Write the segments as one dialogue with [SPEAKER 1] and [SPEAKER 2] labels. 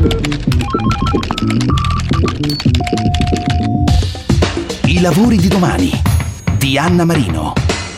[SPEAKER 1] I lavori di domani di Anna Marino.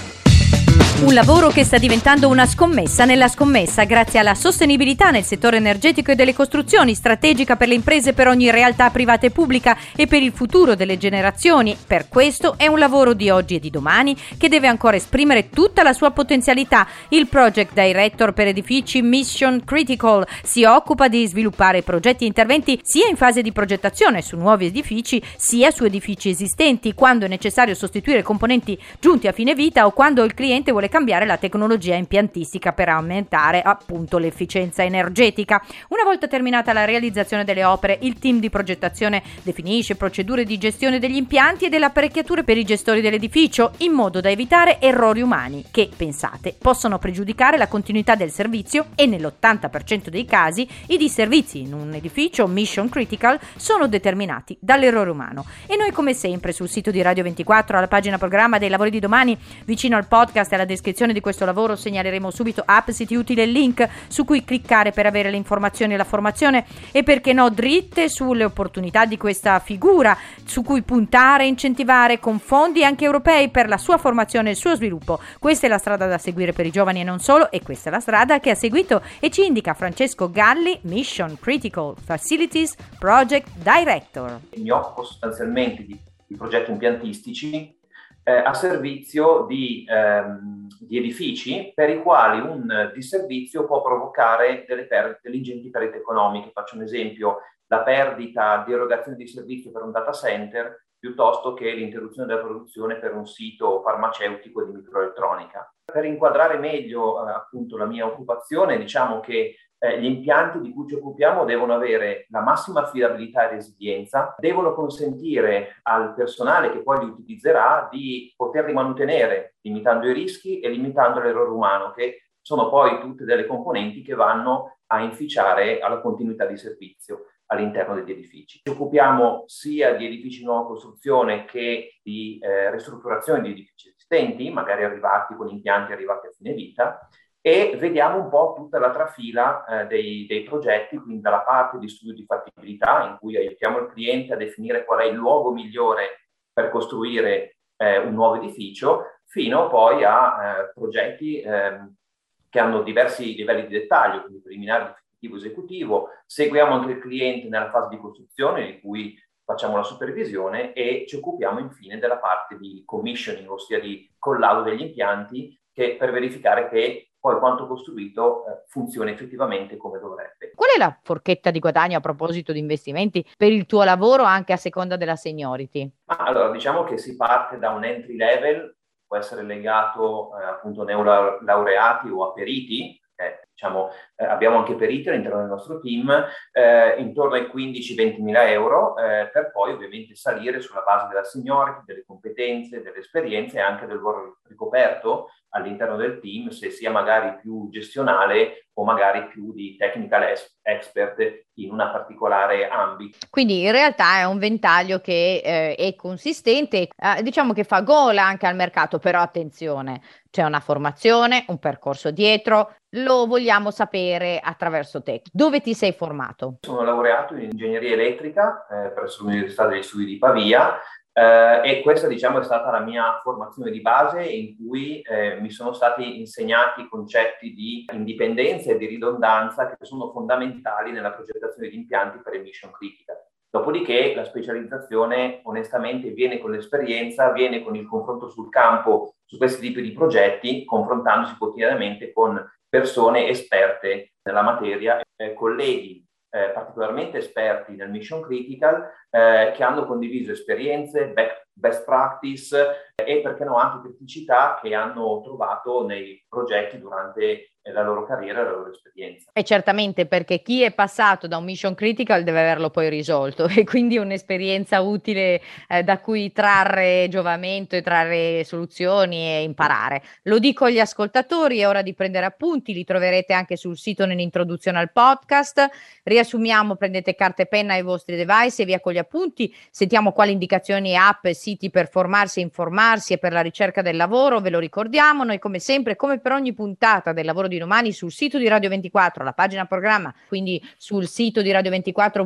[SPEAKER 2] Un lavoro che sta diventando una scommessa nella scommessa grazie alla sostenibilità nel settore energetico e delle costruzioni, strategica per le imprese, per ogni realtà privata e pubblica e per il futuro delle generazioni. Per questo è un lavoro di oggi e di domani che deve ancora esprimere tutta la sua potenzialità. Il Project Director per edifici Mission Critical si occupa di sviluppare progetti e interventi sia in fase di progettazione su nuovi edifici sia su edifici esistenti, quando è necessario sostituire componenti giunti a fine vita o quando il cliente vuole cambiare la tecnologia impiantistica per aumentare appunto l'efficienza energetica. Una volta terminata la realizzazione delle opere, il team di progettazione definisce procedure di gestione degli impianti e delle apparecchiature per i gestori dell'edificio, in modo da evitare errori umani che, pensate, possono pregiudicare la continuità del servizio, e nell'80% dei casi i disservizi in un edificio mission critical sono determinati dall'errore umano. E noi, come sempre, sul sito di Radio 24, alla pagina programma dei lavori di domani, vicino al podcast e alla descrizione di questo lavoro segnaleremo subito app, siti utili e link su cui cliccare per avere le informazioni e la formazione, e perché no dritte sulle opportunità di questa figura su cui puntare e incentivare con fondi anche europei per la sua formazione e il suo sviluppo. Questa è la strada da seguire per i giovani e non solo, e questa è la strada che ha seguito e ci indica Francesco Galli, Mission Critical Facilities Project Director.
[SPEAKER 3] Mi occupo sostanzialmente di progetti impiantistici a servizio di edifici per i quali un disservizio può provocare delle ingenti perdite economiche. Faccio un esempio: la perdita di erogazione di servizio per un data center piuttosto che l'interruzione della produzione per un sito farmaceutico e di microelettronica. Per inquadrare meglio appunto la mia occupazione, diciamo che gli impianti di cui ci occupiamo devono avere la massima affidabilità e resilienza, devono consentire al personale che poi li utilizzerà di poterli mantenere, limitando i rischi e limitando l'errore umano, che sono poi tutte delle componenti che vanno a inficiare alla continuità di servizio all'interno degli edifici. Ci occupiamo sia di edifici di nuova costruzione che di ristrutturazione di edifici esistenti, magari arrivati con impianti arrivati a fine vita, e vediamo un po' tutta la trafila dei progetti, quindi dalla parte di studio di fattibilità, in cui aiutiamo il cliente a definire qual è il luogo migliore per costruire un nuovo edificio, fino poi a progetti che hanno diversi livelli di dettaglio, quindi preliminare, definitivo, esecutivo. Seguiamo anche il cliente nella fase di costruzione, di cui facciamo la supervisione, e ci occupiamo infine della parte di commissioning, ossia di collaudo degli impianti, che per verificare che poi quanto costruito funziona effettivamente come dovrebbe.
[SPEAKER 2] Qual è la forchetta di guadagno a proposito di investimenti per il tuo lavoro, anche a seconda della seniority?
[SPEAKER 3] Allora, diciamo che si parte da un entry level, può essere legato appunto a neolaureati o a periti. Abbiamo anche periti all'interno del nostro team, intorno ai 15-20 mila euro, per poi ovviamente salire sulla base della seniority, delle competenze, delle esperienze e anche del ruolo ricoperto all'interno del team, se sia magari più gestionale o magari più di technical expert in una particolare ambito.
[SPEAKER 2] Quindi in realtà è un ventaglio che è consistente, diciamo che fa gola anche al mercato, però attenzione, c'è una formazione, un percorso dietro, lo vogliamo sapere attraverso te. Dove ti sei formato?
[SPEAKER 3] Sono laureato in ingegneria elettrica presso l'Università degli Studi di Pavia, e questa, diciamo, è stata la mia formazione di base, in cui mi sono stati insegnati concetti di indipendenza e di ridondanza che sono fondamentali nella progettazione di impianti per emission critical. Dopodiché la specializzazione onestamente viene con l'esperienza, viene con il confronto sul campo su questi tipi di progetti, confrontandosi quotidianamente con persone esperte nella materia, colleghi particolarmente esperti nel mission critical, che hanno condiviso esperienze, best practice e perché no anche criticità che hanno trovato nei progetti durante la loro carriera e la loro esperienza.
[SPEAKER 2] E certamente, perché chi è passato da un mission critical deve averlo poi risolto, e quindi un'esperienza utile da cui trarre giovamento e trarre soluzioni e imparare. Lo dico agli ascoltatori, è ora di prendere appunti, li troverete anche sul sito nell'introduzione al podcast. Riassumiamo: prendete carta e penna ai vostri device e via con gli appunti, sentiamo quali indicazioni, app e siti per formarsi e informare formarsi e per la ricerca del lavoro, ve lo ricordiamo, noi come sempre, come per ogni puntata del Lavoro di Domani, sul sito di Radio 24, la pagina programma, quindi sul sito di Radio 24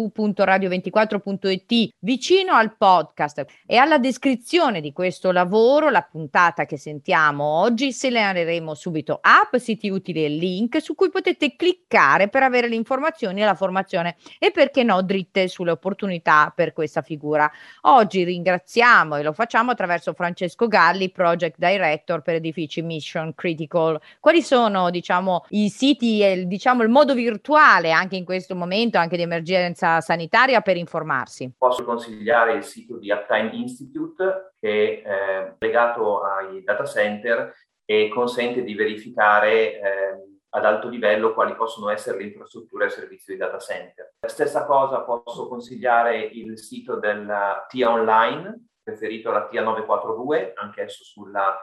[SPEAKER 2] www.radio24.it, vicino al podcast e alla descrizione di questo lavoro, la puntata che sentiamo oggi, segnaleremo subito app, siti utili e link su cui potete cliccare per avere le informazioni e la formazione e perché no dritte sulle opportunità per questa figura. Oggi ringraziamo e lo facciamo attraverso Francesco Galli, Project Director per edifici Mission Critical. Quali sono, i siti e il modo virtuale anche in questo momento, anche di emergenza sanitaria, per informarsi?
[SPEAKER 3] Posso consigliare il sito di Uptime Institute, che è legato ai data center e consente di verificare ad alto livello quali possono essere le infrastrutture a servizio di data center. La stessa cosa posso consigliare il sito della TIA Online, riferito alla TIA 942, anch'esso sulla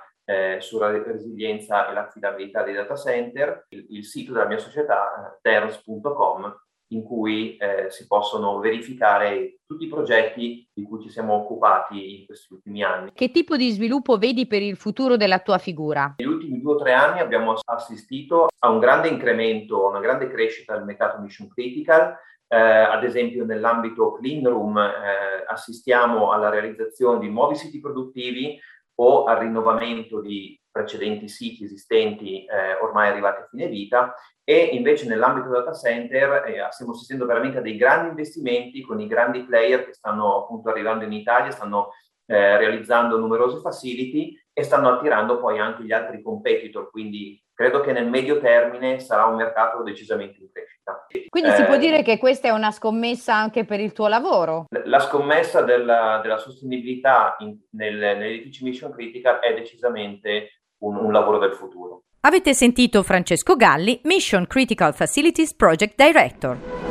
[SPEAKER 3] resilienza e l'affidabilità dei data center, il sito della mia società, terms.com, in cui si possono verificare tutti i progetti di cui ci siamo occupati in questi ultimi anni.
[SPEAKER 2] Che tipo di sviluppo vedi per il futuro della tua figura?
[SPEAKER 3] Negli ultimi 2 o 3 anni abbiamo assistito a un grande incremento, una grande crescita del mercato mission critical. Ad esempio nell'ambito clean room assistiamo alla realizzazione di nuovi siti produttivi o al rinnovamento di precedenti siti esistenti ormai arrivati a fine vita, e invece nell'ambito data center stiamo assistendo veramente a dei grandi investimenti con i grandi player che stanno appunto arrivando in Italia, stanno realizzando numerose facility e stanno attirando poi anche gli altri competitor, quindi credo che nel medio termine sarà un mercato decisamente in crescita.
[SPEAKER 2] Quindi si può dire che questa è una scommessa anche per il tuo lavoro?
[SPEAKER 3] La scommessa della sostenibilità negli edifici mission critical è decisamente un lavoro del futuro.
[SPEAKER 2] Avete sentito Francesco Galli, Mission Critical Facilities Project Director.